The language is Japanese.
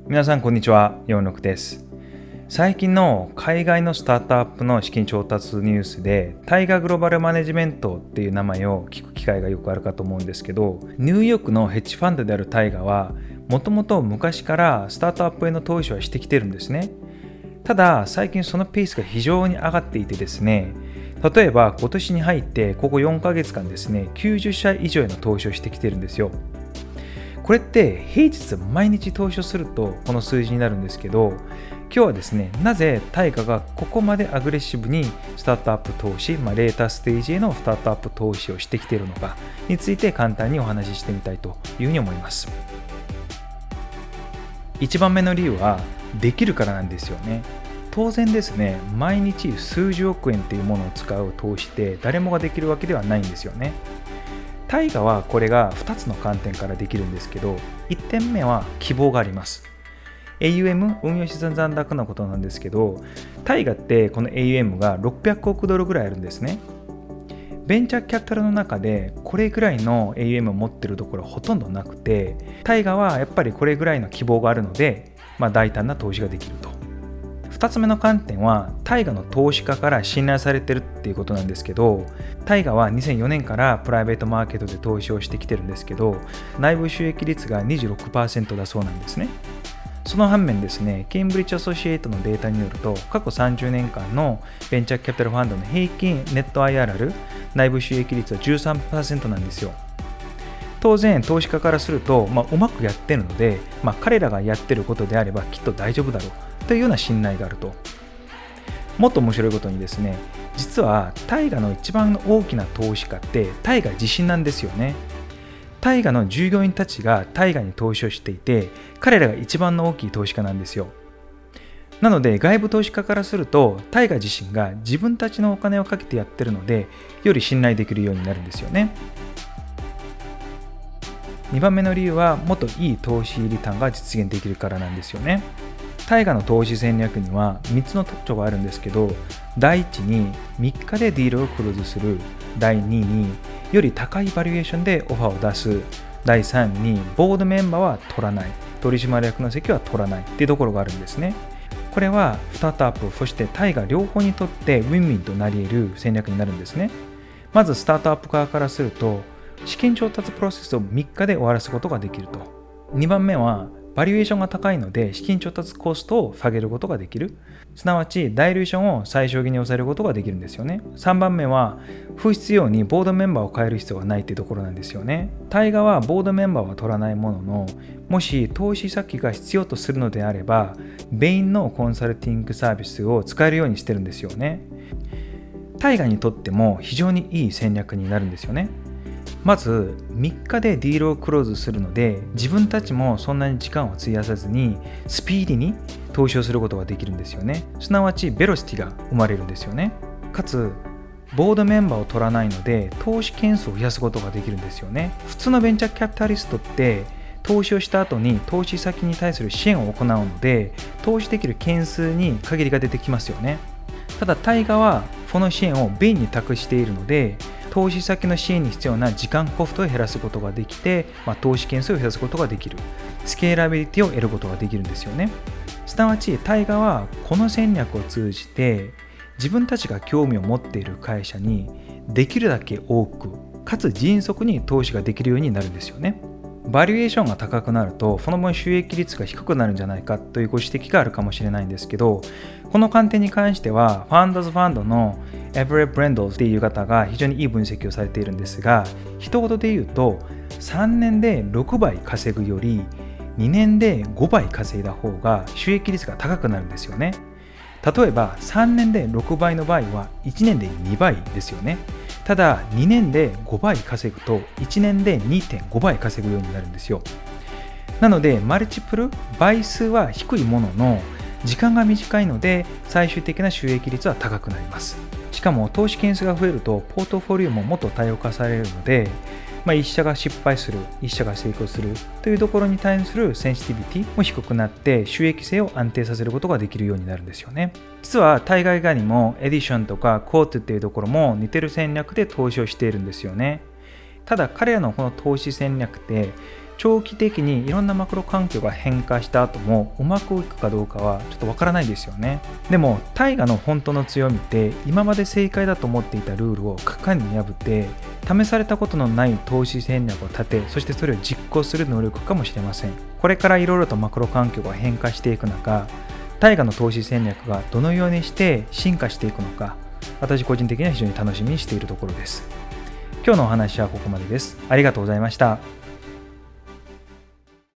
皆さんこんにちは、46です。最近の海外のスタートアップの資金調達ニュースでタイガーグローバルマネジメントっていう名前を聞く機会がよくあるかと思うんですけど、ニューヨークのヘッジファンドであるタイガーはもともと昔からスタートアップへの投資はしてきてるんですね。ただ最近そのペースが非常に上がっていてですね、例えば今年に入ってここ4ヶ月間ですね、90社以上への投資をしてきてるんですよ。これって平日毎日投資をするとこの数字になるんですけど、今日はですね、なぜタイガがここまでアグレッシブにスタートアップ投資、レーターステージへのスタートアップ投資をしてきているのかについて簡単にお話ししてみたいというふうに思います。1番目の理由はできるからなんですよね。当然ですね、毎日数十億円というものを使う投資って誰もができるわけではないんですよね。タイガはこれが2つの観点からできるんですけど、1点目は希望があります。AUM 運用資産残高のことなんですけど、タイガってこの AUM が600億ドルぐらいあるんですね。ベンチャーキャピタルの中でこれぐらいの AUM を持ってるところはほとんどなくて、タイガはやっぱりこれぐらいの希望があるので、大胆な投資ができると。2つ目の観点はタイガの投資家から信頼されてるっていうことなんですけど、タイガは2004年からプライベートマーケットで投資をしてきてるんですけど、内部収益率が 26% だそうなんですね。その反面ですね、ケンブリッジアソシエイトのデータによると、過去30年間のベンチャーキャピタルファンドの平均ネット IRR 内部収益率は 13% なんですよ。当然投資家からすると、うまくやってるので、彼らがやってることであればきっと大丈夫だろうというような信頼があると。もっと面白いことにですね、実はタイガの一番大きな投資家ってタイガ自身なんですよね。タイガの従業員たちがタイガに投資をしていて、彼らが一番の大きい投資家なんですよ。なので外部投資家からすると、タイガ自身が自分たちのお金をかけてやってるので、より信頼できるようになるんですよね。2番目の理由は、もっといい投資リターンが実現できるからなんですよね。タイガの投資戦略には3つの特徴があるんですけど、第1に3日でディールをクローズする、第2により高いバリエーションでオファーを出す、第3にボードメンバーは取らない、取締役の席は取らないっていうところがあるんですね。これはスタートアップ、そしてタイガ両方にとってウィンウィンとなり得る戦略になるんですね。まずスタートアップ側からすると、資金調達プロセスを3日で終わらすことができると。2番目はバリエーションが高いので資金調達コストを下げることができる。すなわちダイルーションを最小限に抑えることができるんですよね。3番目は不必要にボードメンバーを変える必要がないというところなんですよね。タイガはボードメンバーは取らないものの、もし投資先が必要とするのであれば、ベインのコンサルティングサービスを使えるようにしてるんですよね。タイガにとっても非常にいい戦略になるんですよね。まず3日でディールをクローズするので、自分たちもそんなに時間を費やさずにスピーディーに投資をすることができるんですよね。すなわちベロシティが生まれるんですよね。かつボードメンバーを取らないので投資件数を増やすことができるんですよね。普通のベンチャーキャピタリストって投資をした後に投資先に対する支援を行うので、投資できる件数に限りが出てきますよね。ただタイガはこの支援をベインに託しているので、投資先の支援に必要な時間コストを減らすことができて、投資件数を減らすことができる。スケーラビリティを得ることができるんですよね。すなわちタイガはこの戦略を通じて自分たちが興味を持っている会社にできるだけ多くかつ迅速に投資ができるようになるんですよね。バリエーションが高くなるとその分収益率が低くなるんじゃないかというご指摘があるかもしれないんですけど、この観点に関してはファンドズファンドのエブレ・ブレンドルっていう方が非常にいい分析をされているんですが、一言で言うと3年で6倍稼ぐより2年で5倍稼いだ方が収益率が高くなるんですよね。例えば3年で6倍の場合は1年で2倍ですよね。ただ2年で5倍稼ぐと1年で 2.5 倍稼ぐようになるんですよ。なのでマルチプル倍数は低いものの時間が短いので最終的な収益率は高くなります。しかも投資件数が増えるとポートフォリオももっと多様化されるので、1社が失敗する、1社が成功するというところに対するセンシティビティも低くなって収益性を安定させることができるようになるんですよね。実は対外側にもエディションとかコートっていうところも似てる戦略で投資をしているんですよね。ただ彼らのこの投資戦略って長期的にいろんなマクロ環境が変化した後もうまくいくかどうかはちょっとわからないですよね。でも大河の本当の強みって今まで正解だと思っていたルールを果敢に破って試されたことのない投資戦略を立て、そしてそれを実行する能力かもしれません。これからいろいろとマクロ環境が変化していく中、大河の投資戦略がどのようにして進化していくのか、私個人的には非常に楽しみにしているところです。今日のお話はここまでです。ありがとうございました。